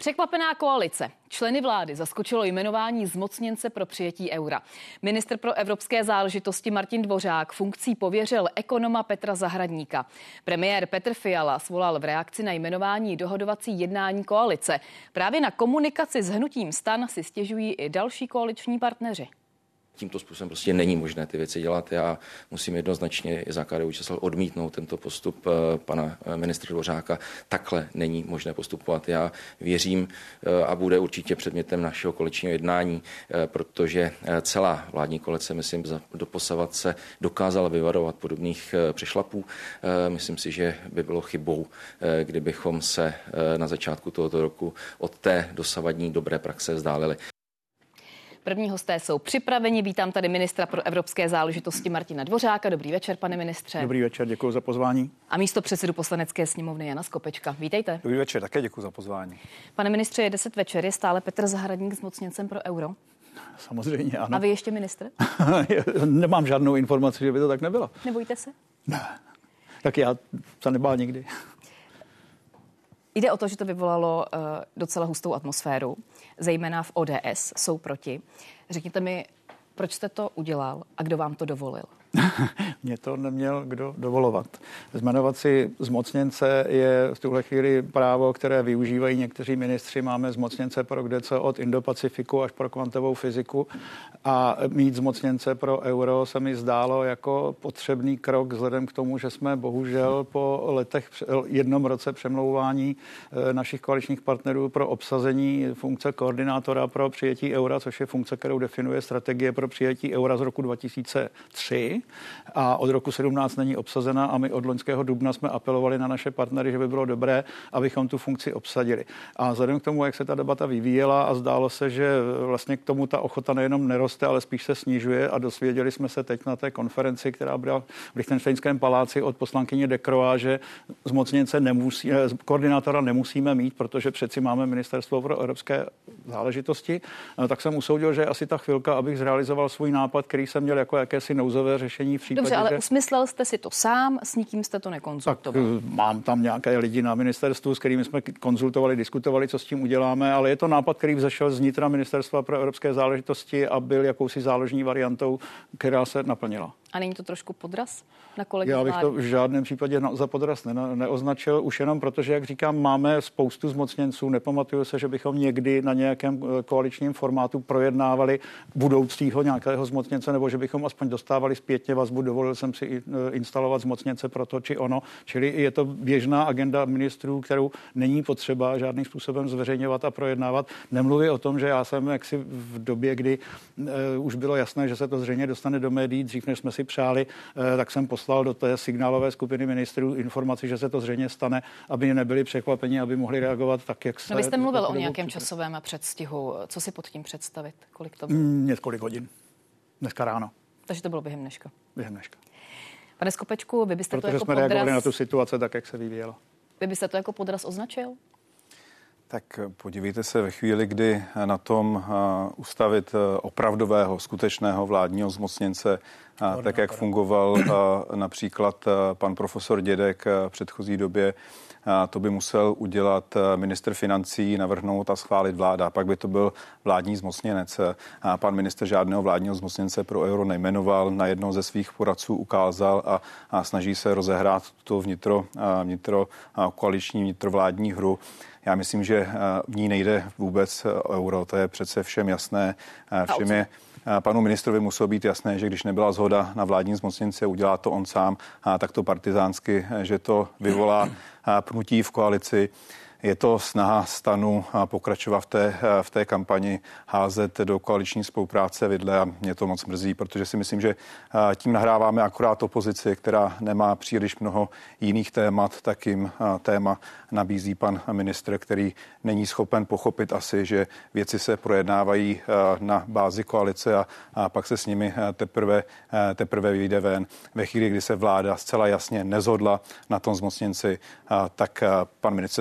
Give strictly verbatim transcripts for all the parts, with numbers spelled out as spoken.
Překvapená koalice. Členy vlády zaskočilo jmenování zmocněnce pro přijetí eura. Ministr pro evropské záležitosti Martin Dvořák funkcí pověřil ekonoma Petra Zahradníka. Premiér Petr Fiala svolal v reakci na jmenování dohodovací jednání koalice. Právě na komunikaci s hnutím STAN si stěžují i další koaliční partneři. Tímto způsobem prostě není možné ty věci dělat. Já musím jednoznačně za K D U Č S L odmítnout tento postup pana ministra Dvořáka. Takhle není možné postupovat. Já věřím a bude určitě předmětem našeho koaličního jednání, protože celá vládní koalice, myslím, doposavat se dokázala vyvarovat podobných přešlapů. Myslím si, že by bylo chybou, kdybychom se na začátku tohoto roku od té dosavadní dobré praxe vzdálili. První hosté jsou připraveni. Vítám tady ministra pro evropské záležitosti Martina Dvořáka. Dobrý večer, pane ministře. Dobrý večer, děkuji za pozvání. A místo předsedu Poslanecké sněmovny Jana Skopečka. Vítejte. Dobrý večer, také děkuji za pozvání. Pane ministře, je deset večer, je stále Petr Zahradník zmocněncem pro euro? Samozřejmě ano. A vy ještě ministr? Nemám žádnou informaci, že by to tak nebylo. Nebojíte se? Ne, tak já se nebál nikdy. Jde o to, že to vyvolalo uh, docela hustou atmosféru, zejména v O D S jsou proti. Řekněte mi, proč jste to udělal a kdo vám to dovolil? Mě to neměl kdo dovolovat. Zmenovat si zmocněnce je v tuhle chvíli právo, které využívají někteří ministři. Máme zmocněnce pro kdeco od Indo-Pacifiku až pro kvantovou fyziku a mít zmocněnce pro euro se mi zdálo jako potřebný krok vzhledem k tomu, že jsme bohužel po letech, jednom roce přemlouvání našich koaličních partnerů pro obsazení funkce koordinátora pro přijetí eura, což je funkce, kterou definuje strategie pro přijetí eura z roku dva tisíce tři. A od roku sedmnáct není obsazena a my od loňského dubna jsme apelovali na naše partnery, že by bylo dobré, abychom tu funkci obsadili. A vzhledem k tomu, jak se ta debata vyvíjela a zdálo se, že vlastně k tomu ta ochota nejenom neroste, ale spíš se snižuje a dozvěděli jsme se teď na té konferenci, která byla v Lichtenštejnském paláci od poslankyně De Croo, že zmocněnce nemusí, koordinátora nemusíme mít, protože přeci máme ministerstvo pro evropské záležitosti. Tak jsem usoudil, že asi ta chvilka, abych zrealizoval svůj nápad, který jsem měl jako jakési nouzové řešení v případě, Dobře, ale že... usmyslel jste si to sám, s nikým jste to nekonzultoval? Tak mám tam nějaké lidi na ministerstvu, s kterými jsme konzultovali, diskutovali, co s tím uděláme, ale je to nápad, který vzešel z vnitra Ministerstva pro evropské záležitosti a byl jakousi záložní variantou, která se naplnila. A není to trošku podraz na kolegy Já bych vlády? to v žádném případě za podraz ne, neoznačil, už jenom protože, jak říkám, máme spoustu zmocněnců. Nepamatuju se, že bychom někdy na nějakém koaličním formátu projednávali budoucího nějakého zmocněnce, nebo že bychom aspoň dostávali zpětně vazbu. Dovolil jsem si instalovat zmocněnce pro to či ono. Čili je to běžná agenda ministrů, kterou není potřeba žádným způsobem zveřejňovat a projednávat. Nemluví o tom, že já jsem jaksi v době, kdy uh, už bylo jasné, že se to zřejmě dostane do médií, dřív než jsme si přáli, uh, tak jsem poslal do té signálové skupiny ministrů informaci, že se to zřejmě stane, aby nebyli překvapeni, aby mohli reagovat tak, jak se... No, vy jste mluvil o nějakém časovém předstihu. Co si pod tím představit? Kolik to bylo? Mm, několik hodin. Dneska ráno. Takže to bylo během dneška. Během dneška. Pane Skopečku, vy byste Protože to jako jsme podraz... reagovali na tu situaci tak, jak se vyvíjela. Vy byste to jako podraz označil? Tak podívejte se, ve chvíli, kdy na tom ustavit opravdového, skutečného vládního zmocněnce, tak jak fungoval například pan profesor Dědek v předchozí době, to by musel udělat ministr financí, navrhnout a schválit vláda. Pak by to byl vládní zmocněnec. Pan ministr žádného vládního zmocněnce pro euro nejmenoval, na jednoho ze svých poradců ukázal a, a snaží se rozehrát tu vnitro, vnitro koaliční, vnitrovládní hru. Já myslím, že v ní nejde vůbec o euro, to je přece všem jasné. Všem je, panu ministrovi muselo být jasné, že když nebyla zhoda na vládním zmocněnci, udělá to on sám, tak to partizánsky, že to vyvolá pnutí v koalici. Je to snaha STANu pokračovat v té, v té kampani, házet do koaliční spolupráce vidle a mě to moc mrzí, protože si myslím, že tím nahráváme akorát opozici, která nemá příliš mnoho jiných témat, tak jim téma nabízí pan ministr, který není schopen pochopit asi, že věci se projednávají na bázi koalice a, a pak se s nimi teprve, teprve vyjde ven. Ve chvíli, kdy se vláda zcela jasně nezhodla na tom zmocněnci, tak pan ministr si tady z nás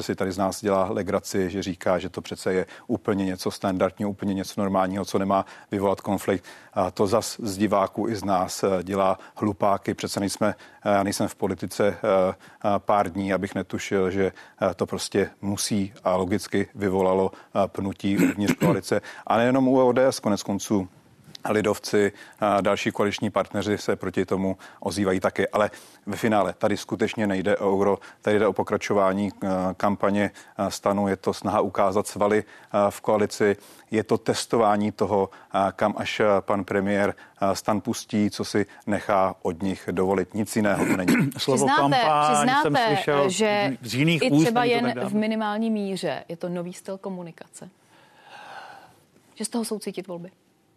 nás dělá legraci, že říká, že to přece je úplně něco standardního, úplně něco normálního, co nemá vyvolat konflikt. A to zas z diváků i z nás dělá hlupáky. Přece nejsme, já nejsem v politice pár dní, abych netušil, že to prostě musí a logicky vyvolalo pnutí uvnitř koalice. A nejenom u O D S, konec konců lidovci a další koaliční partneři se proti tomu ozývají taky. Ale ve finále tady skutečně nejde o euro, tady jde o pokračování kampaně STANu, je to snaha ukázat svaly v koalici, je to testování toho, kam až pan premiér STAN pustí, co si nechá od nich dovolit. Nic jiného to není. Slovo přiznáte, kampaň přiznáte, jsem slyšel že z jiných i úst, třeba není to jen tak v minimální míře je to nový styl komunikace. Že z toho jsou cítit volby.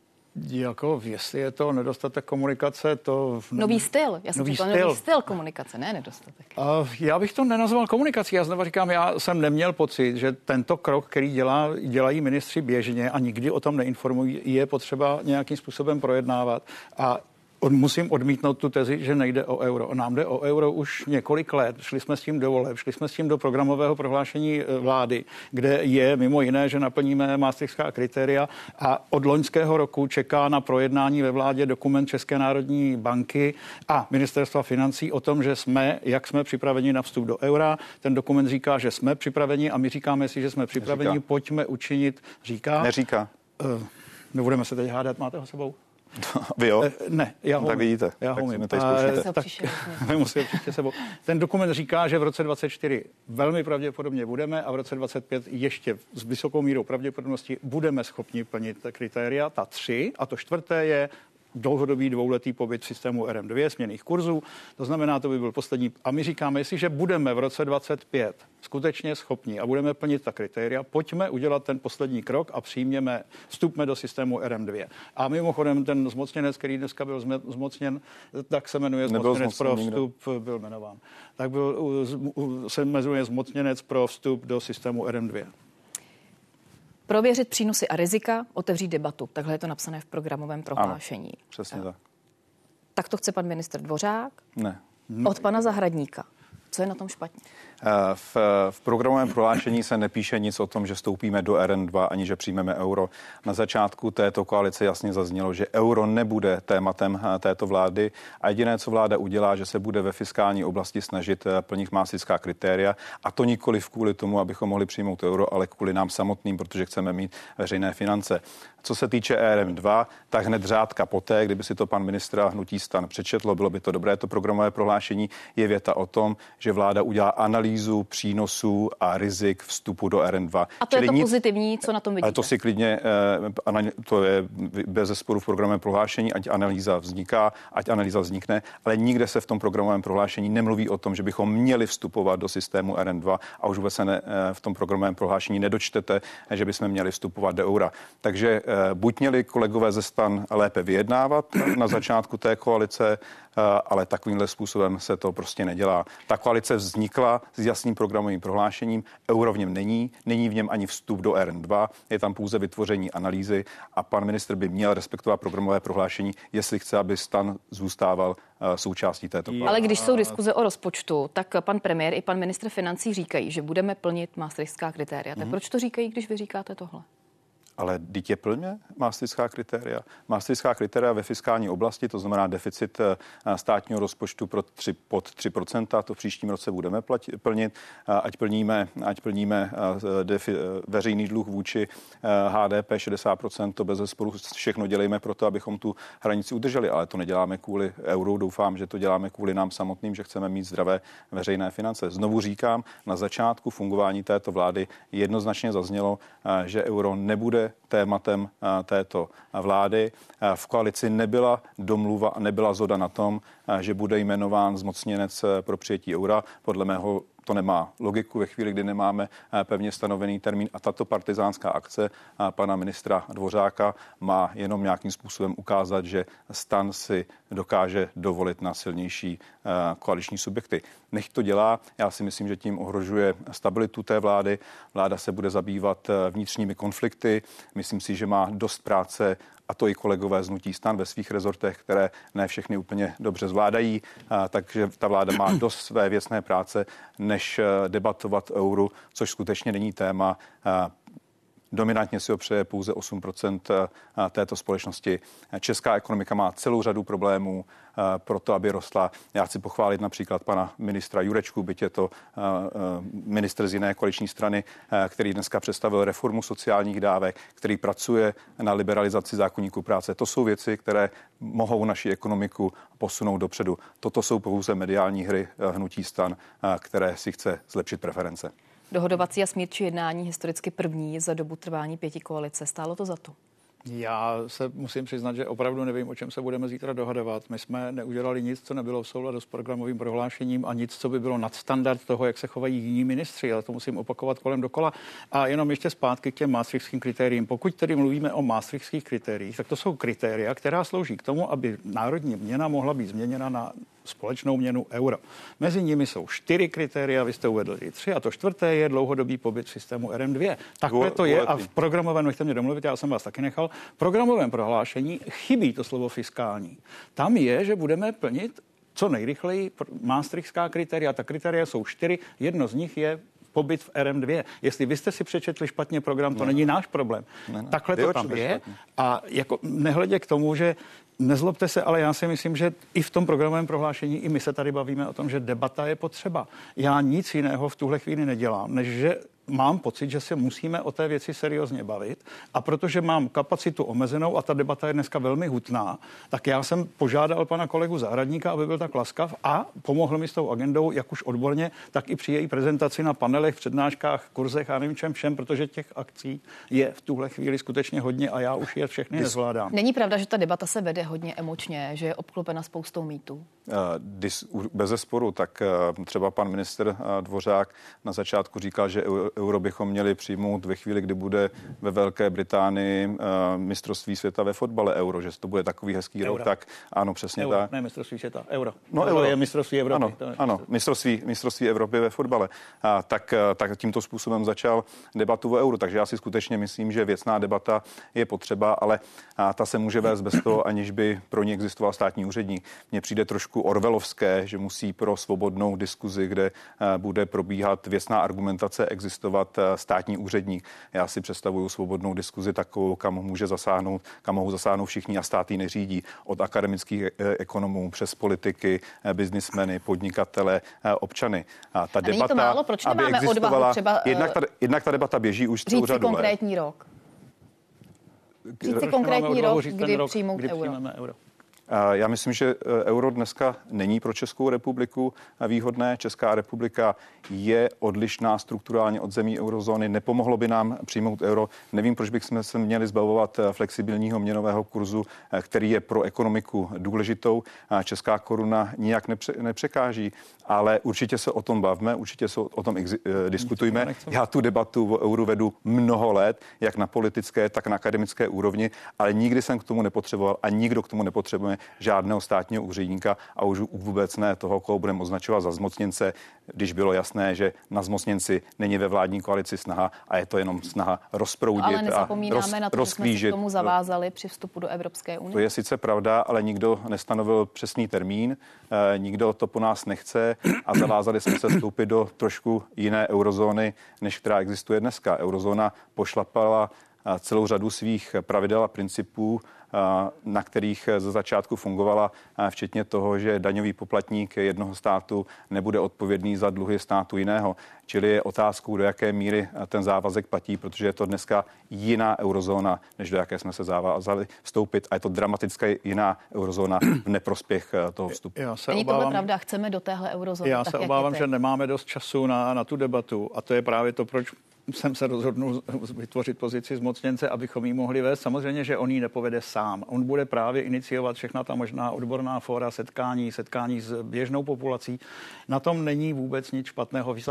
Jako, jestli je to nedostatek komunikace, to... Nový styl. Já jsem nový říkala styl. nový styl komunikace, ne nedostatek. Uh, já bych to nenazval komunikací. Já znovu říkám, já jsem neměl pocit, že tento krok, který dělá, dělají ministři běžně a nikdy o tom neinformují, je potřeba nějakým způsobem projednávat. A musím odmítnout tu tezi, že nejde o euro. Nám jde o euro už několik let. Šli jsme s tím do voleb, šli jsme s tím do programového prohlášení vlády, kde je mimo jiné, že naplníme maastrichtská kritéria a od loňského roku čeká na projednání ve vládě dokument České národní banky a Ministerstva financí o tom, že jsme, jak jsme připraveni na vstup do eura. Ten dokument říká, že jsme připraveni a my říkáme si, že jsme připraveni, Neříká. Pojďme učinit. Říká? Neříká. Uh, nebudeme se teď hádat, máte ho sebou? Vy jo? Ne, já ho tak vidíte. Já ho tak tak, tak musím příště sebou. Ten dokument říká, že v roce dvacet čtyři velmi pravděpodobně budeme a v roce dvacet pět ještě s vysokou mírou pravděpodobnosti budeme schopni plnit kritéria, ta tři, a to čtvrté je dlouhodobý dvouletý pobyt v systému R M dva směnných kurzů. To znamená, to by byl poslední. A my říkáme, jestliže budeme v roce dvacet pět skutečně schopni a budeme plnit ta kritéria, pojďme udělat ten poslední krok a přijměme, vstupme do systému R M dva. A mimochodem ten zmocněnec, který dneska byl zmocněn, tak se jmenuje zmocněnec pro vstup, nikdo. byl jmenován. Tak byl, se jmenuje zmocněnec pro vstup do systému R M dva. Prověřit přínosy a rizika, otevřít debatu. Takhle je to napsané v programovém prohlášení. Ano, přesně tak. Tak to chce pan ministr Dvořák? Ne. Od pana Zahradníka. Co je na tom špatně? V, v programovém prohlášení se nepíše nic o tom, že vstoupíme do R N dva, ani že přijmeme euro. Na začátku této koalice jasně zaznělo, že euro nebude tématem této vlády a jediné, co vláda udělá, že se bude ve fiskální oblasti snažit plnit maastrichtská kritéria, a to nikoli kvůli tomu, abychom mohli přijmout euro, ale kvůli nám samotným, protože chceme mít veřejné finance. Co se týče R M dva, tak hned řádka poté, kdyby si to pan ministr a hnutí STAN přečetlo, bylo by to dobré. To programové prohlášení je věta o tom, že vláda udělá analýzu přínosů a rizik vstupu do R N dva. A to Čili je to nic, pozitivní, co na tom vidíte? Ale to si klidně, to je bez zesporu v programovém prohlášení, ať analýza vzniká, ať analýza vznikne, ale nikde se v tom programovém prohlášení nemluví o tom, že bychom měli vstupovat do systému R N dva a už vůbec se ne, v tom programovém prohlášení nedočtete, že bychom měli vstupovat do eura. Takže buď měli kolegové ze STAN lépe vyjednávat na začátku té koalice, ale takovýmhle způsobem se to prostě nedělá. Ta koalice vznikla s jasným programovým prohlášením, euro v něm není, není v něm ani vstup do R N dva, je tam pouze vytvoření analýzy a pan ministr by měl respektovat programové prohlášení, jestli chce, aby STAN zůstával součástí této koalice. Ale když jsou diskuze o rozpočtu, tak pan premiér i pan ministr financí říkají, že budeme plnit maastrichtská kritéria. Tak mm-hmm. proč to říkají, když vy říkáte tohle? Ale dítě plně maastrichtská kritéria. Maastrichtská kritéria ve fiskální oblasti, to znamená deficit státního rozpočtu pro tři, pod tři procenta, to v příštím roce budeme platit, plnit, ať plníme, ať plníme defi, veřejný dluh vůči H D P šedesát procent, to bez zesporu všechno dělejme pro to, abychom tu hranici udrželi, ale to neděláme kvůli euru, doufám, že to děláme kvůli nám samotným, že chceme mít zdravé veřejné finance. Znovu říkám, na začátku fungování této vlády jednoznačně zaznělo, že euro nebude tématem této vlády. V koalici nebyla domluva a nebyla zhoda na tom, že bude jmenován zmocněnec pro přijetí eura. Podle mého to nemá logiku ve chvíli, kdy nemáme pevně stanovený termín a tato partizánská akce pana ministra Dvořáka má jenom nějakým způsobem ukázat, že STAN si dokáže dovolit na silnější koaliční subjekty. Nech to dělá, já si myslím, že tím ohrožuje stabilitu té vlády. Vláda se bude zabývat vnitřními konflikty. Myslím si, že má dost práce a to i kolegové z hnutí STAN ve svých rezortech, které ne všechny úplně dobře zvládají, takže ta vláda má dost své věcné práce, než debatovat o euru, což skutečně není téma. Dominantně si ho přeje pouze osm procent této společnosti. Česká ekonomika má celou řadu problémů pro to, aby rostla. Já chci pochválit například pana ministra Jurečku, byť je to ministr z jiné koaliční strany, který dneska představil reformu sociálních dávek, který pracuje na liberalizaci zákoníku práce. To jsou věci, které mohou naši ekonomiku posunout dopředu. Toto jsou pouze mediální hry hnutí STAN, které si chce zlepšit preference. Dohodovací a smírčí jednání historicky první za dobu trvání pěti koalice. Stálo to za to? Já se musím přiznat, že opravdu nevím, o čem se budeme zítra dohadovat. My jsme neudělali nic, co nebylo v souladu s programovým prohlášením a nic, co by bylo nad standard toho, jak se chovají jiní ministři, ale to musím opakovat kolem dokola. A jenom ještě zpátky k těm maastrichtským kritériím. Pokud tedy mluvíme o maastrichtských kritériích, tak to jsou kritéria, která slouží k tomu, aby národní měna mohla být změněna na společnou měnu euro. Mezi nimi jsou čtyři kritéria, vy jste uvedli tři, a to čtvrté je dlouhodobý pobyt v systému R M dva. Takhle to je a v programovém, nechte mě domluvit, já jsem vás taky nechal, v programovém prohlášení chybí to slovo fiskální. Tam je, že budeme plnit co nejrychleji maastrichtská kritéria. Ta kritéria jsou čtyři, jedno z nich je pobyt v R M dva. Jestli vy jste si přečetli špatně program, to ne. není náš problém. Ne, ne. Takhle to tam je. Špatně. A jako nehledě k tomu, že nezlobte se, ale já si myslím, že i v tom programovém prohlášení i my se tady bavíme o tom, že debata je potřeba. Já nic jiného v tuhle chvíli nedělám, než že mám pocit, že se musíme o té věci seriózně bavit a protože mám kapacitu omezenou a ta debata je dneska velmi hutná, tak já jsem požádal pana kolegu Zahradníka, aby byl tak laskav a pomohl mi s tou agendou, jak už odborně, tak i při její prezentaci na panelech, přednáškách, kurzech a nevím čem všem, protože těch akcí je v tuhle chvíli skutečně hodně a já už je všechny nezvládám. Není pravda, že ta debata se vede hodně emočně, že je obklopena spoustou mýtů? Bez sporu, tak třeba pan ministr Dvořák na začátku říkal, že euro bychom měli přijmout ve chvíli, kdy bude ve Velké Británii uh, mistrovství světa ve fotbale euro, že to bude takový hezký euro. Rok, tak ano, přesně euro, tak. Ne mistrovství světa, euro. No euro, euro je mistrovství Evropy. Ano, to je ano mistrovství, mistrovství Evropy ve fotbale. A, tak, tak tímto způsobem začal debatu o euro, takže já si skutečně myslím, že věcná debata je potřeba, ale a, ta se může vést bez toho, aniž by pro ní existoval státní úředník. Mně přijde trošku orwellovské, že musí pro svobodnou diskuzi, kde a, bude probíhat věcná argumentace, existovat a, státní úředník. Já si představuju svobodnou diskuzi takovou, kam může zasáhnout, kam mohou zasáhnout všichni a stát ji neřídí. Od akademických ekonomů přes politiky, biznismeny, podnikatele, občany. A ta a debata, to málo? Proč nemáme odvahu třeba... Jednak ta, jednak ta debata běží už celou řadu let. Říct si konkrétní rok. Říct si konkrétní rok, kdy rok, přijmout kdy euro. euro. Já myslím, že euro dneska není pro Českou republiku výhodné. Česká republika je odlišná strukturálně od zemí eurozóny. Nepomohlo by nám přijmout euro. Nevím, proč bychom se měli zbavovat flexibilního měnového kurzu, který je pro ekonomiku důležitou. Česká koruna nijak nepře- nepřekáží, ale určitě se o tom bavme, určitě se o tom exi- diskutujme. Já tu debatu o euru vedu mnoho let, jak na politické, tak na akademické úrovni, ale nikdy jsem k tomu nepotřeboval a nikdo k tomu nepotřebuje žádného státního úředníka a už vůbec ne toho, koho budeme označovat za zmocněnce, když bylo jasné, že na zmocněnci není ve vládní koalici snaha a je to jenom snaha rozproudit ale nezapomínáme a roz, na to, že jsme se k tomu zavázali při vstupu do Evropské unie. To je sice pravda, ale nikdo nestanovil přesný termín, eh, nikdo to po nás nechce a zavázali jsme se vstoupit do trošku jiné eurozóny, než která existuje dneska. Eurozóna pošlapala celou řadu svých pravidel a principů, na kterých ze začátku fungovala, včetně toho, že daňový poplatník jednoho státu nebude odpovědný za dluhy státu jiného. Čili je otázkou, do jaké míry ten závazek platí, protože je to dneska jiná eurozóna, než do jaké jsme se zavázali vstoupit a je to dramatická jiná eurozóna v neprospěch toho vstupu. Já se Není obávám, tohle pravda, chceme do téhle eurozóny. Já tak, se obávám, že nemáme dost času na, na tu debatu a to je právě to, proč jsem se rozhodnul vytvořit pozici zmocněnce, abychom ji mohli vést. Samozřejmě, že on ji nepovede sám. On bude právě iniciovat všechna ta možná odborná fóra, setkání, setkání s běžnou populací. Na tom není vůbec nic špatného. Vy sám říkáte,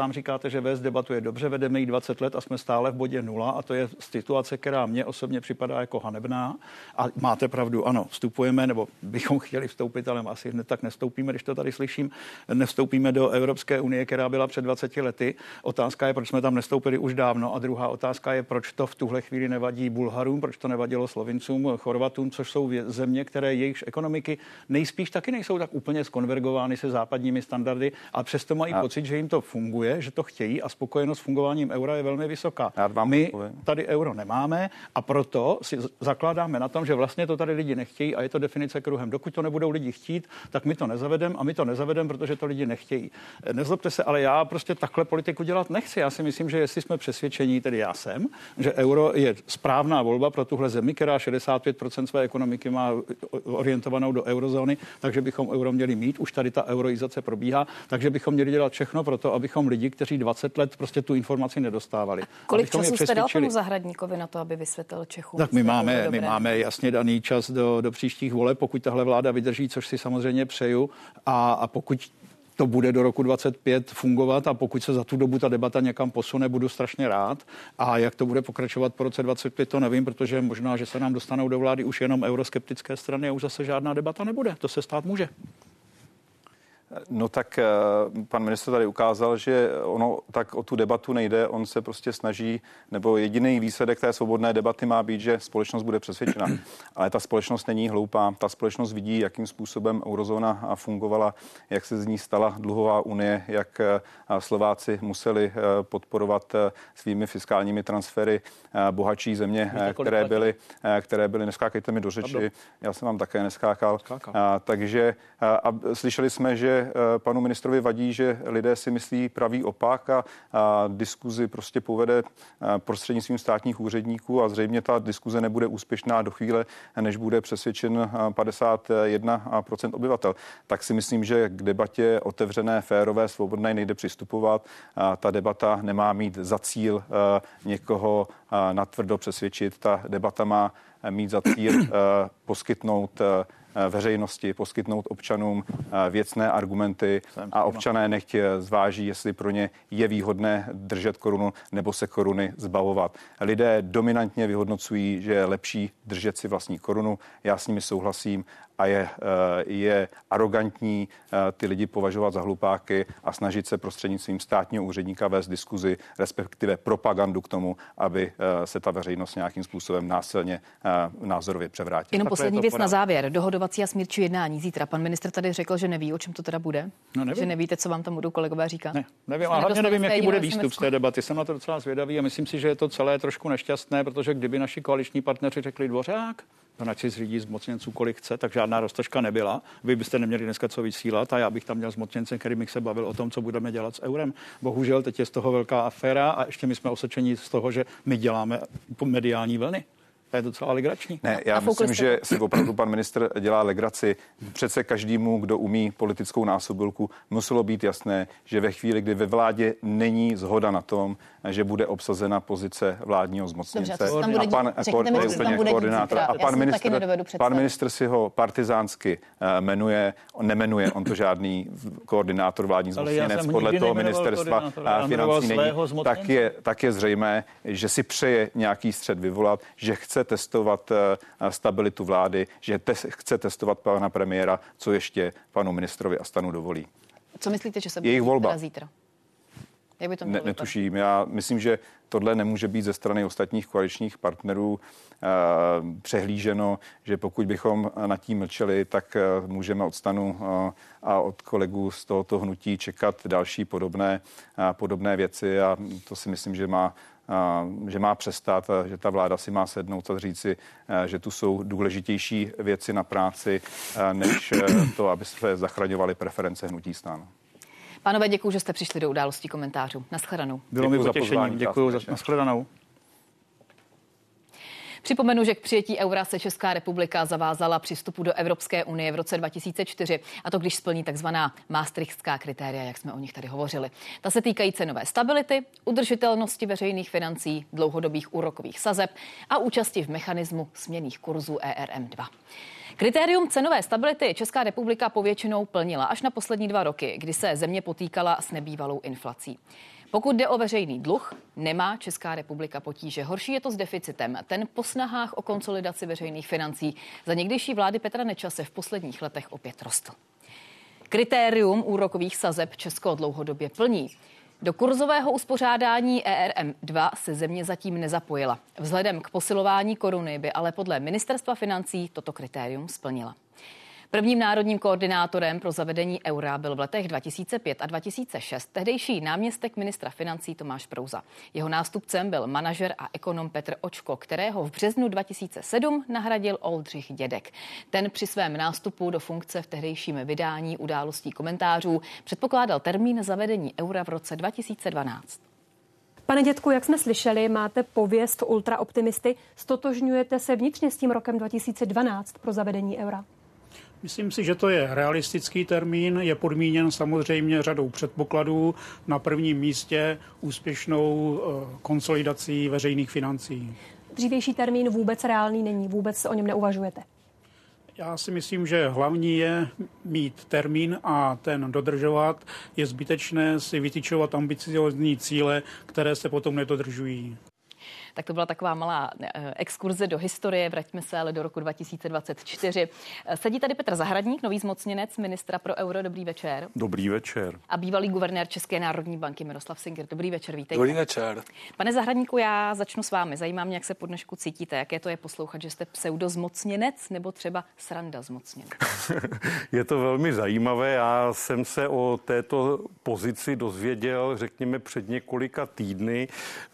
říkáte, že vést debatu je dobře, vedeme ji dvacet let a jsme stále v bodě nula a to je situace, která mně osobně připadá jako hanebná. A máte pravdu, ano, vstupujeme, nebo bychom chtěli vstoupit, ale asi hned tak nevstoupíme, když to tady slyším, nevstoupíme do Evropské unie, která byla před dvaceti lety. Otázka je, proč jsme tam nestoupili už dávno a druhá otázka je, proč to v tuhle chvíli nevadí Bulharům, proč to nevadilo Slovincům, Chorvatům, což jsou země, které jejich ekonomiky nejspíš taky nejsou tak úplně skonvergovány se západními standardy, a přesto mají a... pocit, že jim to funguje, že to chtějí a spokojenost s fungováním eura je velmi vysoká. My tady euro nemáme a proto si zakládáme na tom, že vlastně to tady lidi nechtějí a je to definice kruhem. Dokud to nebudou lidi chtít, tak my to nezavedeme a my to nezavedeme, protože to lidi nechtějí. Nezlobte se, ale já prostě takhle politiku dělat nechci. Já si myslím, že jestli jsme přesvědčení, tedy já jsem, že euro je správná volba pro tuhle zemi, která šedesát pět procent své ekonomiky má orientovanou do eurozóny, takže bychom euro měli mít. Už tady ta euroizace probíhá, takže bychom měli dělat všechno pro to, abychom lidi, kteří dvacet let prostě tu informaci nedostávali. Kolik času jste dal panu Zahradníkovi na to, aby vysvětlil Čechům? Tak my máme, my máme jasně daný čas do, do příštích voleb, pokud tahle vláda vydrží, což si samozřejmě přeju, a, a pokud to bude do roku dvacet pět fungovat a pokud se za tu dobu ta debata někam posune, budu strašně rád. A jak to bude pokračovat po roce dvacet pět, to nevím, protože možná, že se nám dostanou do vlády už jenom euroskeptické strany a už zase žádná debata nebude. To se stát může. No tak pan ministr tady ukázal, že ono tak o tu debatu nejde, on se prostě snaží, nebo jediný výsledek té svobodné debaty má být, že společnost bude přesvědčena. Ale ta společnost není hloupá, ta společnost vidí, jakým způsobem eurozóna fungovala, jak se z ní stala dluhová unie, jak Slováci museli podporovat svými fiskálními transfery bohatší země, které byly, které byly, neskákejte mi do řeči, já jsem vám také neskákal. A, takže a slyšeli jsme, že panu ministrovi vadí, že lidé si myslí pravý opak a, a diskuzi prostě povede prostřednictvím státních úředníků a zřejmě ta diskuze nebude úspěšná do chvíle, než bude přesvědčen padesát jedna procent obyvatel. Tak si myslím, že k debatě otevřené, férové, svobodné nejde přistupovat. A ta debata nemá mít za cíl někoho natvrdo přesvědčit. Ta debata má mít za cíl poskytnout veřejnosti, poskytnout občanům věcné argumenty a občané nechť zváží, jestli pro ně je výhodné držet korunu nebo se koruny zbavovat. Lidé dominantně vyhodnocují, že je lepší držet si vlastní korunu. Já s nimi souhlasím a je, je arrogantní ty lidi považovat za hlupáky a snažit se prostřednictvím státního úředníka vést diskuzi, respektive propagandu k tomu, aby se ta veřejnost nějakým způsobem násilně názorově převrátila. Jenom poslední věc na závěr. Dohodovací a smírčí jednání zítra. Pan ministr tady řekl, že neví, o čem to teda bude. No, nevím. Že nevíte, co vám tam budou kolegové říkat. Ne, nevím, a hlavně nevím, jaký bude výstup z té debaty. Jsem na to docela zvědavý a myslím si, že je to celé trošku nešťastné, protože kdyby naši koaliční partneři řekli Dvořák, ať si zřídí zmocněnců, kolik chce, tak žádná roztržka nebyla. Vy byste neměli dneska co vysílat a já bych tam měl zmocněnce, který bych se bavil o tom, co budeme dělat s eurem. Bohužel teď je z toho velká aféra a ještě my jsme osečení z toho, že my děláme mediální vlny. To je docela legrační. Ne, já myslím, že si opravdu pan ministr dělá legraci. Přece každému, kdo umí politickou násobilku, muselo být jasné, že ve chvíli, kdy ve vládě není zhoda na tom, že bude obsazena pozice vládního zmocněnce. Dobře, a pan, koordinátor. A pan ministr, pan ministr si ho partizánsky jmenuje, nemenuje, on to žádný koordinátor vládní zmocněnec podle toho ministerstva financí není. Tak je, tak je zřejmé, že si přeje nějaký střet vyvolat, že chce testovat stabilitu vlády, že te- chce testovat pana premiéra, co ještě panu ministrovi a stanu dovolí. Co myslíte, že se bude volba zítra? Jak by to ne, netuším. Já myslím, že tohle nemůže být ze strany ostatních koaličních partnerů eh, přehlíženo, že pokud bychom nad tím mlčeli, tak eh, můžeme od stanu eh, a od kolegů z tohoto hnutí čekat další podobné, eh, podobné věci a to si myslím, že má že má přestat, že ta vláda si má sednout a říci, že tu jsou důležitější věci na práci, než to, aby se zachraňovaly preference hnutí STAN. Pánové, děkuji, že jste přišli do Událostí komentářů. Naschledanou. Bylo mi potěšením. Děkuji za naschledanou. Připomenu, že k přijetí eura se Česká republika zavázala při vstupu do Evropské unie v roce dva tisíce čtyři, a to když splní takzvaná maastrichtská kritéria, jak jsme o nich tady hovořili. Ta se týkají cenové stability, udržitelnosti veřejných financí, dlouhodobých úrokových sazeb a účasti v mechanismu směnných kurzů E R M dva. Kritérium cenové stability Česká republika povětšinou plnila až na poslední dva roky, kdy se země potýkala s nebývalou inflací. Pokud jde o veřejný dluh, nemá Česká republika potíže. Horší je to s deficitem. Ten po snahách o konsolidaci veřejných financí za někdejší vlády Petra Nečase v posledních letech opět rostl. Kritérium úrokových sazeb Česko dlouhodobě plní. Do kurzového uspořádání E R M dva se země zatím nezapojila. Vzhledem k posilování koruny by ale podle ministerstva financí toto kritérium splnila. Prvním národním koordinátorem pro zavedení eura byl v letech dva tisíce pět a dva tisíce šest tehdejší náměstek ministra financí Tomáš Prouza. Jeho nástupcem byl manažer a ekonom Petr Očko, kterého v březnu dva tisíce sedm nahradil Oldřich Dědek. Ten při svém nástupu do funkce v tehdejším vydání Událostí komentářů předpokládal termín zavedení eura v roce dva tisíce dvanáct. Pane Dědku, jak jsme slyšeli, máte pověst ultraoptimisty. Stotožňujete se vnitřně s tím rokem dva tisíce dvanáct pro zavedení eura? Myslím si, že to je realistický termín, je podmíněn samozřejmě řadou předpokladů. Na prvním místě úspěšnou konsolidací veřejných financí. Dřívější termín vůbec reálný není, vůbec o něm neuvažujete? Já si myslím, že hlavní je mít termín a ten dodržovat. Je zbytečné si vytyčovat ambiciózní cíle, které se potom nedodržují. Tak to byla taková malá exkurze do historie, vraťme se ale do roku dva tisíce dvacet čtyři. Sedí tady Petr Zahradník, nový zmocněnec ministra pro euro. Dobrý večer. Dobrý večer. A bývalý guvernér České národní banky Miroslav Singer. Dobrý večer, vítejte. Dobrý večer. Pane Zahradníku, já začnu s vámi. Zajímá mě, jak se po dnešku cítíte. Jaké to je poslouchat, že jste pseudozmocněnec nebo třeba sranda zmocněnec? Je to velmi zajímavé. Já jsem se o této pozici dozvěděl, řekněme, před několika týdny.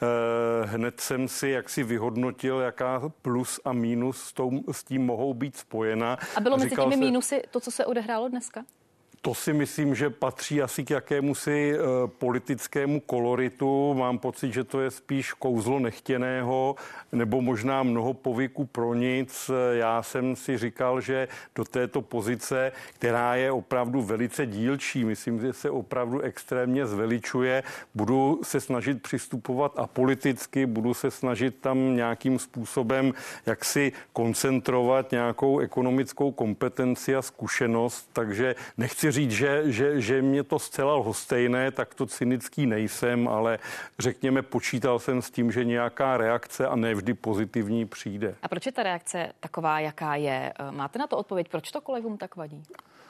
Hned jsem si jak si vyhodnotil, jaká plus a mínus s, tou, s tím mohou být spojena. A bylo mezi těmi se, mínusy to, co se odehrálo dneska? To si myslím, že patří asi k jakémusi e, politickému koloritu. Mám pocit, že to je spíš kouzlo nechtěného nebo možná mnoho povyků pro nic. Já jsem si říkal, že do této pozice, která je opravdu velice dílčí, myslím, že se opravdu extrémně zveličuje, budu se snažit přistupovat apoliticky, budu se snažit tam nějakým způsobem jaksi koncentrovat nějakou ekonomickou kompetenci a zkušenost, takže nechci říct, že, že, že mě to zcela lhostejné, tak to cynický nejsem, ale řekněme, počítal jsem s tím, že nějaká reakce a ne vždy pozitivní přijde. A proč je ta reakce taková, jaká je? Máte na to odpověď? Proč to kolegům tak vadí?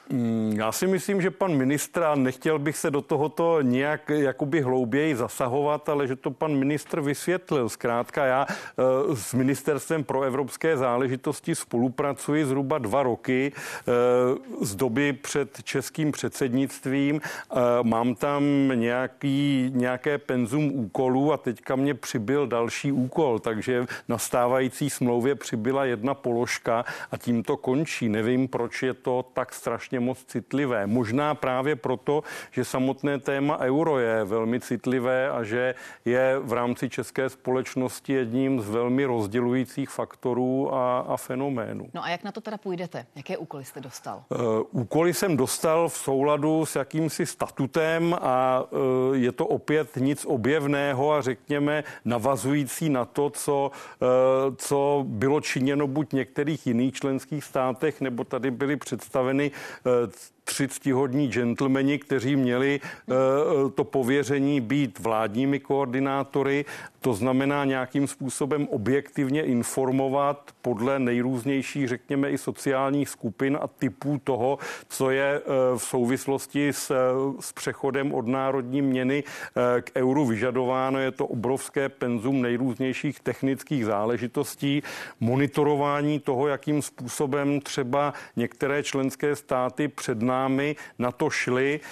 Já si myslím, že pan ministr, a nechtěl bych se do tohoto nějak jakoby hlouběji zasahovat, ale že to pan ministr vysvětlil. Zkrátka já e, s ministerstvem pro evropské záležitosti spolupracuji zhruba dva roky e, z doby před českým předsednictvím. E, mám tam nějaký, nějaké penzum úkolů a teďka mě přibyl další úkol, takže na stávající smlouvě přibyla jedna položka a tím to končí. Nevím, proč je to tak strašně moc citlivé. Možná právě proto, že samotné téma euro je velmi citlivé a že je v rámci české společnosti jedním z velmi rozdělujících faktorů a, a fenoménů. No a jak na to teda půjdete? Jaké úkoly jste dostal? Uh, úkoly jsem dostal v souladu s jakýmsi statutem a uh, je to opět nic objevného a řekněme navazující na to, co, uh, co bylo činěno buď v některých jiných členských státech, nebo tady byly představeny tři ctihodní gentlemani, kteří měli uh, to pověření být vládními koordinátory, to znamená nějakým způsobem objektivně informovat podle nejrůznějších, řekněme, i sociálních skupin a typů toho, co je uh, v souvislosti s, s přechodem od národní měny uh, k euru vyžadováno. Je to obrovské penzum nejrůznějších technických záležitostí, monitorování toho, jakým způsobem třeba některé členské státy před námi na to šly,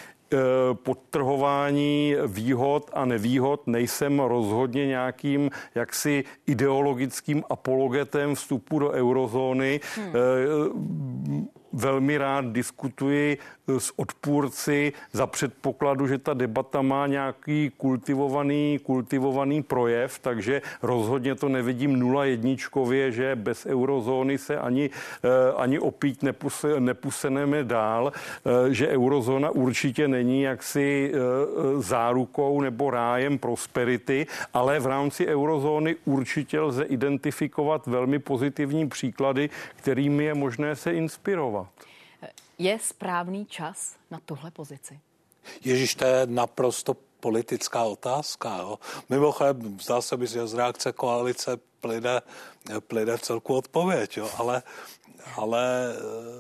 podtrhování výhod a nevýhod. Nejsem rozhodně nějakým jaksi ideologickým apologetem vstupu do eurozóny. Hmm. velmi rád diskutuji s odpůrci za předpokladu, že ta debata má nějaký kultivovaný, kultivovaný projev, takže rozhodně to nevidím nula jedničkově, že bez eurozóny se ani, ani opít nepuse, neposuneme dál, že eurozóna určitě není jaksi zárukou nebo rájem prosperity, ale v rámci eurozóny určitě lze identifikovat velmi pozitivní příklady, kterými je možné se inspirovat. Je správný čas na tuhle pozici? Ježíš, to je naprosto politická otázka. Jo. Mimochodem, zdá se mi, že z reakce koalice plyne, plyne v celku odpověď, jo. Ale, ale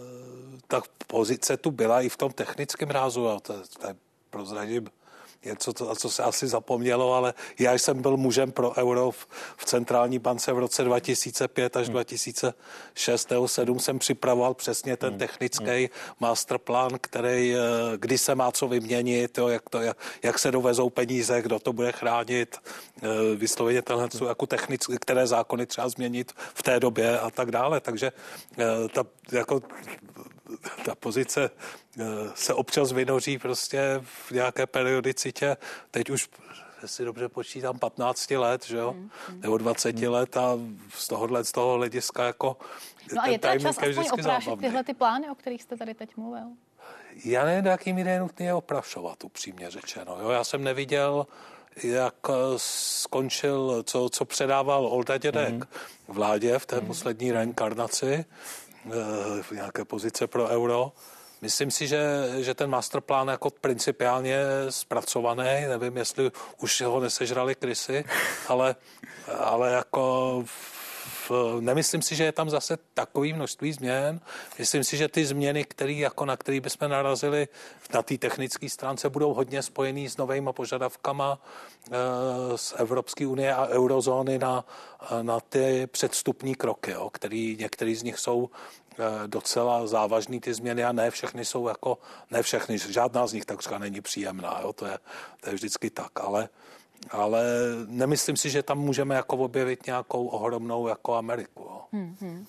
ta pozice tu byla i v tom technickém rázu. Jo. To, to je prozradím něco, to, co se asi zapomnělo, ale já jsem byl mužem pro euro v, v centrální bance v roce dva tisíce pět až hmm. dva tisíce šest nebo sedm jsem připravoval přesně ten hmm. technický masterplan, který, kdy se má co vyměnit, jo, jak, to, jak se dovezou peníze, kdo to bude chránit, vysloveně tenhle, jako technické, které zákony třeba změnit v té době a tak dále. Takže ta, jako, ta pozice se občas vynoří prostě v nějaké periodicitě. Teď už si dobře počítám patnáct let, že jo? Hmm, hmm. Nebo dvacet hmm. let a z tohohle, z toho hlediska jako... No a je to čas aspoň oprášit tyhle ty plány, o kterých jste tady teď mluvil? Já nevím, do jaký míry je nutné je oprašovat, upřímně řečeno. Jo? Já jsem neviděl, jak skončil, co, co předával Olda Dědek hmm. vládě v té hmm. poslední reinkarnaci, v nějaké pozice pro euro. Myslím si, že, že ten masterplán jako principiálně zpracovaný, nevím, jestli už ho nesežrali krysy, ale, ale jako v, nemyslím si, že je tam zase takový množství změn. Myslím si, že ty změny, který, jako na které bychom narazili na té technické stránce, budou hodně spojený s novými požadavkama e, z Evropské unie a eurozóny na, na ty předstupní kroky, jo, který některý z nich jsou docela závažný ty změny a ne všechny jsou jako, ne všechny, žádná z nich takřka není příjemná, jo, to je, to je vždycky tak, ale, ale nemyslím si, že tam můžeme jako objevit nějakou ohromnou jako Ameriku. Jo. Hmm, hmm.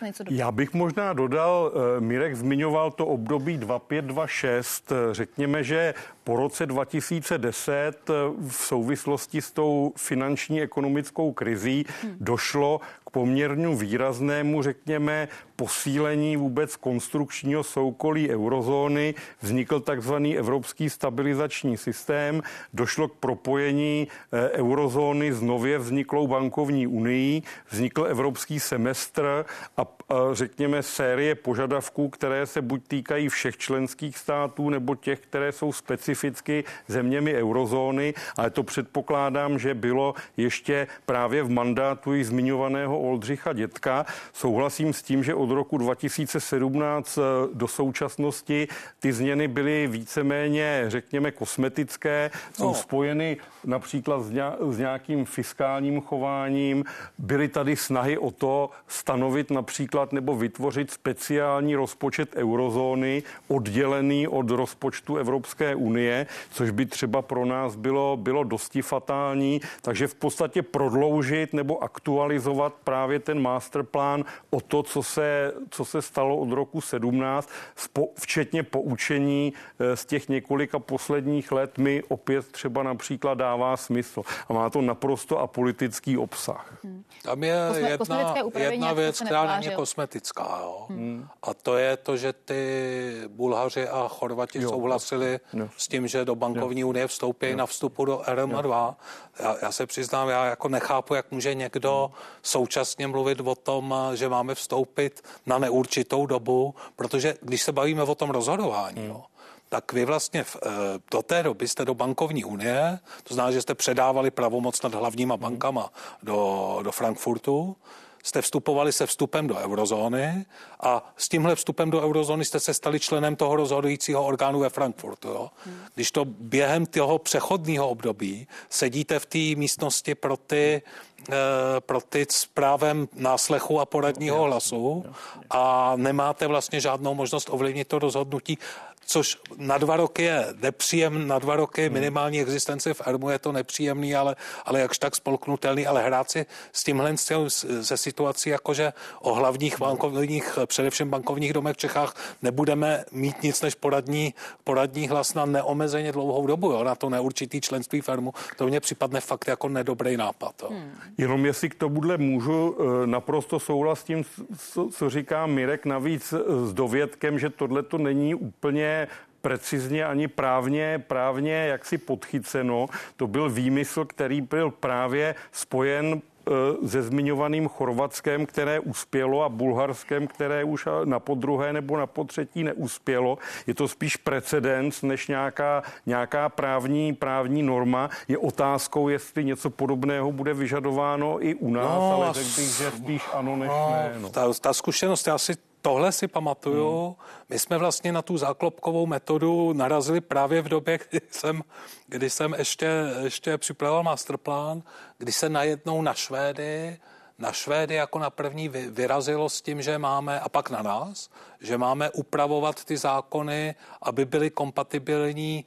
Já bych možná dodal, Mirek zmiňoval to období dva pět dva šest, řekněme, že po roce dva tisíce deset v souvislosti s tou finanční ekonomickou krizí hmm. došlo k poměrně výraznému, řekněme, posílení vůbec konstrukčního soukolí eurozóny, vznikl takzvaný evropský stabilizační systém, došlo k propojení eurozóny s nově vzniklou bankovní unii, vznikl evropský semestr a, a řekněme série požadavků, které se buď týkají všech členských států nebo těch, které jsou specificky zeměmi eurozóny, ale to předpokládám, že bylo ještě právě v mandátu i zmiňovaného Oldřicha Dědka. Souhlasím s tím, že od roku dva tisíce sedmnáct do současnosti ty změny byly víceméně, řekněme, kosmetické, jsou no. spojeny například s nějakým fiskálním chováním. Byly tady snahy o to stanovit například nebo vytvořit speciální rozpočet eurozóny oddělený od rozpočtu Evropské unie, což by třeba pro nás bylo, bylo dosti fatální. Takže v podstatě prodloužit nebo aktualizovat právě ten masterplán o to, co se, co se stalo od roku sedmnáct, včetně poučení z těch několika posledních let, mi opět třeba například dává smysl. A má to naprosto apolitický obsah. Hmm. Tam je Kosme, jedna, jedna věc, která není kosmetická. Jo? Hmm. A to je to, že ty Bulhaři a Chorvati jo, souhlasili jo. s tím, že do bankovní jo. unie vstoupí jo. na vstupu do R M dva. Já, já se přiznám, já jako nechápu, jak může někdo současně mluvit o tom, že máme vstoupit na neurčitou dobu, protože když se bavíme o tom rozhodování, hmm. jo, tak vy vlastně v, do té doby jste do bankovní unie, to znamená, že jste předávali pravomoc nad hlavníma bankama do, do Frankfurtu, jste vstupovali se vstupem do eurozóny a s tímhle vstupem do eurozóny jste se stali členem toho rozhodujícího orgánu ve Frankfurtu. Jo? Hmm. Když to během toho přechodného období sedíte v té místnosti pro ty, eh, pro ty s právem náslechu a poradního hlasu a nemáte vlastně žádnou možnost ovlivnit to rozhodnutí, což na dva roky je nepříjemný, na dva roky minimální existence v ERMu je to nepříjemný, ale, ale jakž tak spolknutelný, ale hrát si s tímhle ze situací, jakože o hlavních bankovních, především bankovních domech v Čechách nebudeme mít nic než poradní, poradní hlas na neomezeně dlouhou dobu, jo, na to neurčitý členství v ERMu, to mně připadne fakt jako nedobrý nápad. Jo. Hmm. Jenom jestli k tomuhle můžu naprosto souhlasím, co říká Mirek, navíc s dovědkem, že tohle to není úplně precizně ani právně, právně jaksi podchyceno. To byl výmysl, který byl právě spojen se zmiňovaným Chorvatskem, které uspělo, a Bulharskem, které už na podruhé nebo na potřetí neuspělo. Je to spíš precedens než nějaká, nějaká právní, právní norma. Je otázkou, jestli něco podobného bude vyžadováno i u nás, no, ale řekl bych, že spíš ano než no, ne. No. Ta, ta zkušenost, já si tohle si pamatuju. Hmm. My jsme vlastně na tu záklopkovou metodu narazili právě v době, kdy jsem, kdy jsem ještě, ještě připravoval masterplán, kdy se najednou na Švédy, na Švédy jako na první vyrazilo s tím, že máme, a pak na nás, že máme upravovat ty zákony, aby byly kompatibilní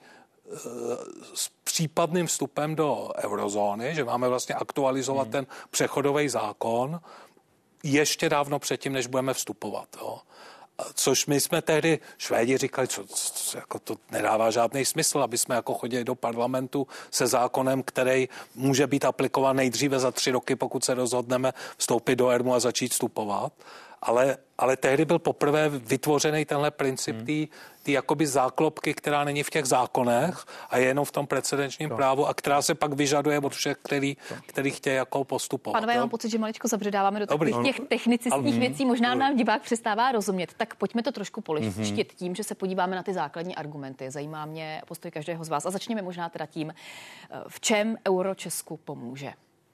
s případným vstupem do eurozóny, že máme vlastně aktualizovat hmm. ten přechodový zákon, ještě dávno předtím, než budeme vstupovat. Jo. Což my jsme tehdy, Švédi říkali, co, co, jako to nedává žádný smysl, aby jsme jako chodili do parlamentu se zákonem, který může být aplikován nejdříve za tři roky, pokud se rozhodneme vstoupit do ERMu a začít vstupovat. Ale, ale tehdy byl poprvé vytvořený tenhle princip hmm. tý, tý jakoby záklopky, která není v těch zákonech a je jenom v tom precedenčním to. právu a která se pak vyžaduje od všech, který, který chtějí jako postupovat. Panové, já mám pocit, že maličko zabředáváme do takových těch technických věcí. Možná nám divák přestává rozumět. Tak pojďme to trošku polehčit tím, že se podíváme na ty základní argumenty. Zajímá mě postoj každého z vás. A začněme možná teda tím, v čem euro Česku pomůže.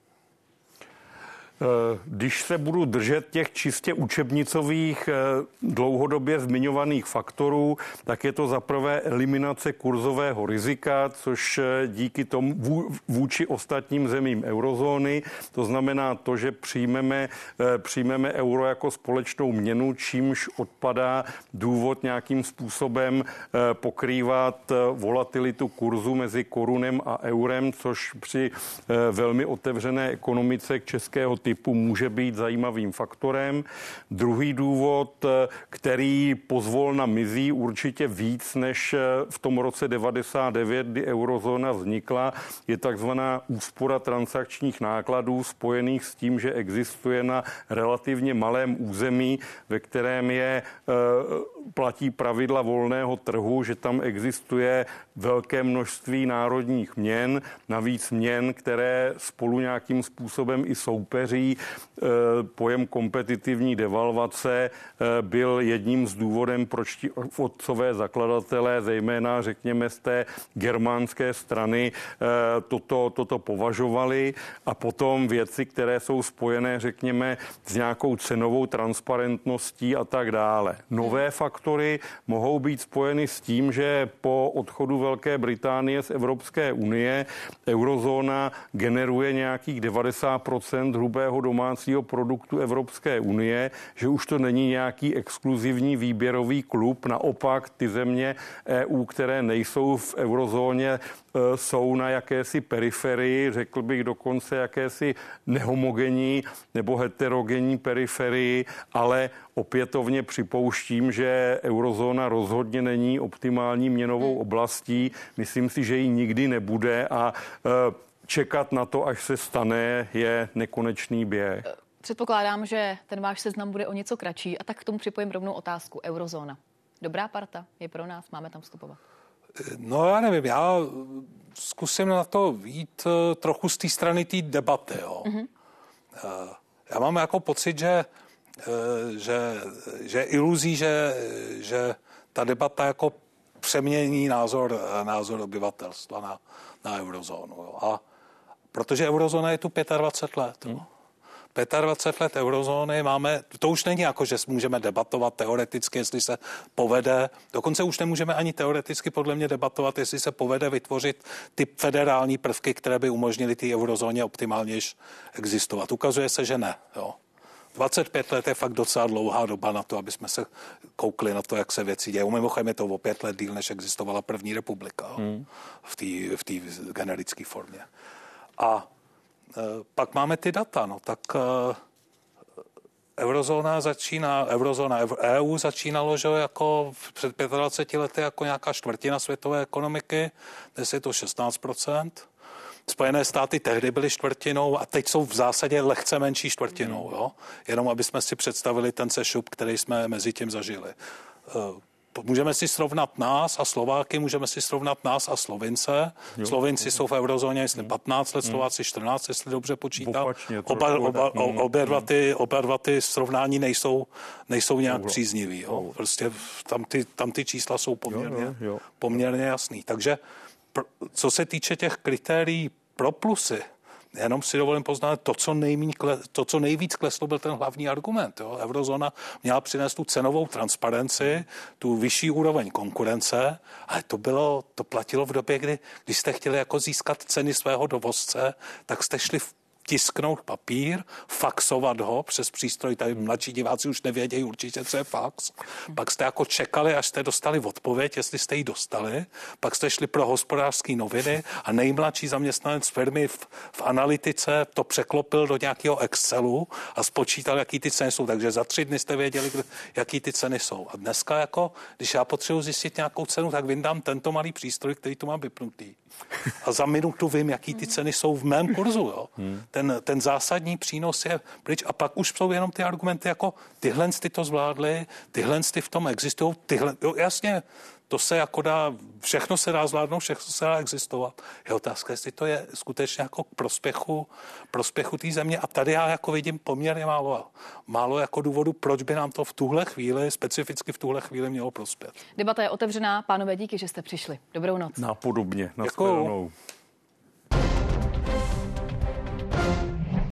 Když se budu držet těch čistě učebnicových dlouhodobě zmiňovaných faktorů, tak je to zaprvé eliminace kurzového rizika, což díky tomu vůči ostatním zemím eurozóny, to znamená to, že přijmeme, přijmeme euro jako společnou měnu, čímž odpadá důvod nějakým způsobem pokrývat volatilitu kurzu mezi korunem a eurem, což při velmi otevřené ekonomice českého typu typu může být zajímavým faktorem. Druhý důvod, který pozvolna mizí určitě víc než v tom roce devadesát devět, kdy eurozóna vznikla, je takzvaná úspora transakčních nákladů spojených s tím, že existuje na relativně malém území, ve kterém je platí pravidla volného trhu, že tam existuje velké množství národních měn, navíc měn, které spolu nějakým způsobem i soupeří. Pojem kompetitivní devalvace byl jedním z důvodem, proč ti otcové zakladatelé, zejména řekněme z té germánské strany, toto, toto považovali. A potom věci, které jsou spojené, řekněme, s nějakou cenovou transparentností a tak dále. Nové faktory mohou být spojeny s tím, že po odchodu Velké Británie z Evropské unie eurozóna generuje nějakých devadesát procent hrubého domácího produktu Evropské unie, že už to není nějaký exkluzivní výběrový klub. Naopak ty země E U, které nejsou v eurozóně, jsou na jakési periferii, řekl bych dokonce jakési nehomogenní nebo heterogenní periferii, ale opětovně připouštím, že eurozóna rozhodně není optimální měnovou oblastí. Myslím si, že ji nikdy nebude a čekat na to, až se stane, je nekonečný běh. Předpokládám, že ten váš seznam bude o něco kratší a tak k tomu připojím rovnou otázku. Eurozóna. Dobrá parta je pro nás, máme tam vstupovat. No já nevím, já zkusím na to jít trochu z té strany té debaty. Jo. Mm-hmm. Já mám jako pocit, že, že, že iluzí, že, že ta debata jako přemění názor, názor obyvatelstva na, na eurozónu. Jo. A protože eurozóna je tu dvacet pět let. Jo. dvacet pět let eurozóny máme, to už není jako, že můžeme debatovat teoreticky, jestli se povede, dokonce už nemůžeme ani teoreticky podle mě debatovat, jestli se povede vytvořit ty federální prvky, které by umožnily té eurozóně optimálně existovat. Ukazuje se, že ne. Jo. dvacet pět let je fakt docela dlouhá doba na to, aby jsme se koukli na to, jak se věci dějí. Mimochodem je to o pět let díl, než existovala první republika hmm. v té v té generické formě. A e, pak máme ty data, no tak e, eurozóna začíná, eurozóna E U začínalo, že jako před dvaceti pěti lety jako nějaká čtvrtina světové ekonomiky, dnes je to šestnáct procent. Spojené státy tehdy byly čtvrtinou a teď jsou v zásadě lehce menší čtvrtinou, jo? Jenom aby jsme si představili ten sešup, který jsme mezi tím zažili. Můžeme si srovnat nás a Slováky, můžeme si srovnat nás a Slovince. Jo. Slovinci jsou v eurozóně, jestli patnáct let, Slováci čtrnáct, jestli dobře počítám. Oba, oba, oba, dva ty, oba dva ty srovnání nejsou, nejsou nějak příznivý. Jo? Prostě tam ty, tam ty čísla jsou poměrně, jo, jo. poměrně jasný. Takže co se týče těch kritérií pro plusy, jenom si dovolím poznat, to, co, nejmíň, to, co nejvíc kleslo, byl ten hlavní argument. Jo. Eurozóna měla přinést tu cenovou transparenci, tu vyšší úroveň konkurence, ale to bylo, to platilo v době, kdy, když jste chtěli jako získat ceny svého dovozce, tak jste šli v tisknout papír, faxovat ho přes přístroj, tady mladší diváci už nevědějí určitě, co je fax. Pak jste jako čekali, až jste dostali odpověď, jestli jste ji dostali, pak jste šli pro Hospodářské noviny a nejmladší zaměstnanec firmy v, v analytice to překlopil do nějakého Excelu a spočítal, jaký ty ceny jsou. Takže za tři dny jste věděli, jaký ty ceny jsou. A dneska jako, když já potřebuji zjistit nějakou cenu, tak vyndám tento malý přístroj, který tu mám vypnutý. A za minutu vím, jaký ty ceny jsou v mém kurzu. Jo. Ten, ten zásadní přínos je pryč a pak už jsou jenom ty argumenty jako tyhle ty to zvládly, tyhle ty v tom existují, tyhle, jo, jasně, to se jako dá, všechno se dá zvládnout, všechno se dá existovat. Je otázka, jestli to je skutečně jako k prospěchu, prospěchu té země a tady já jako vidím poměrně málo, málo jako důvodu, proč by nám to v tuhle chvíli, specificky v tuhle chvíli mělo prospět. Debata je otevřená, pánové, díky, že jste přišli. Dobrou noc. Napodobně. Děkuju.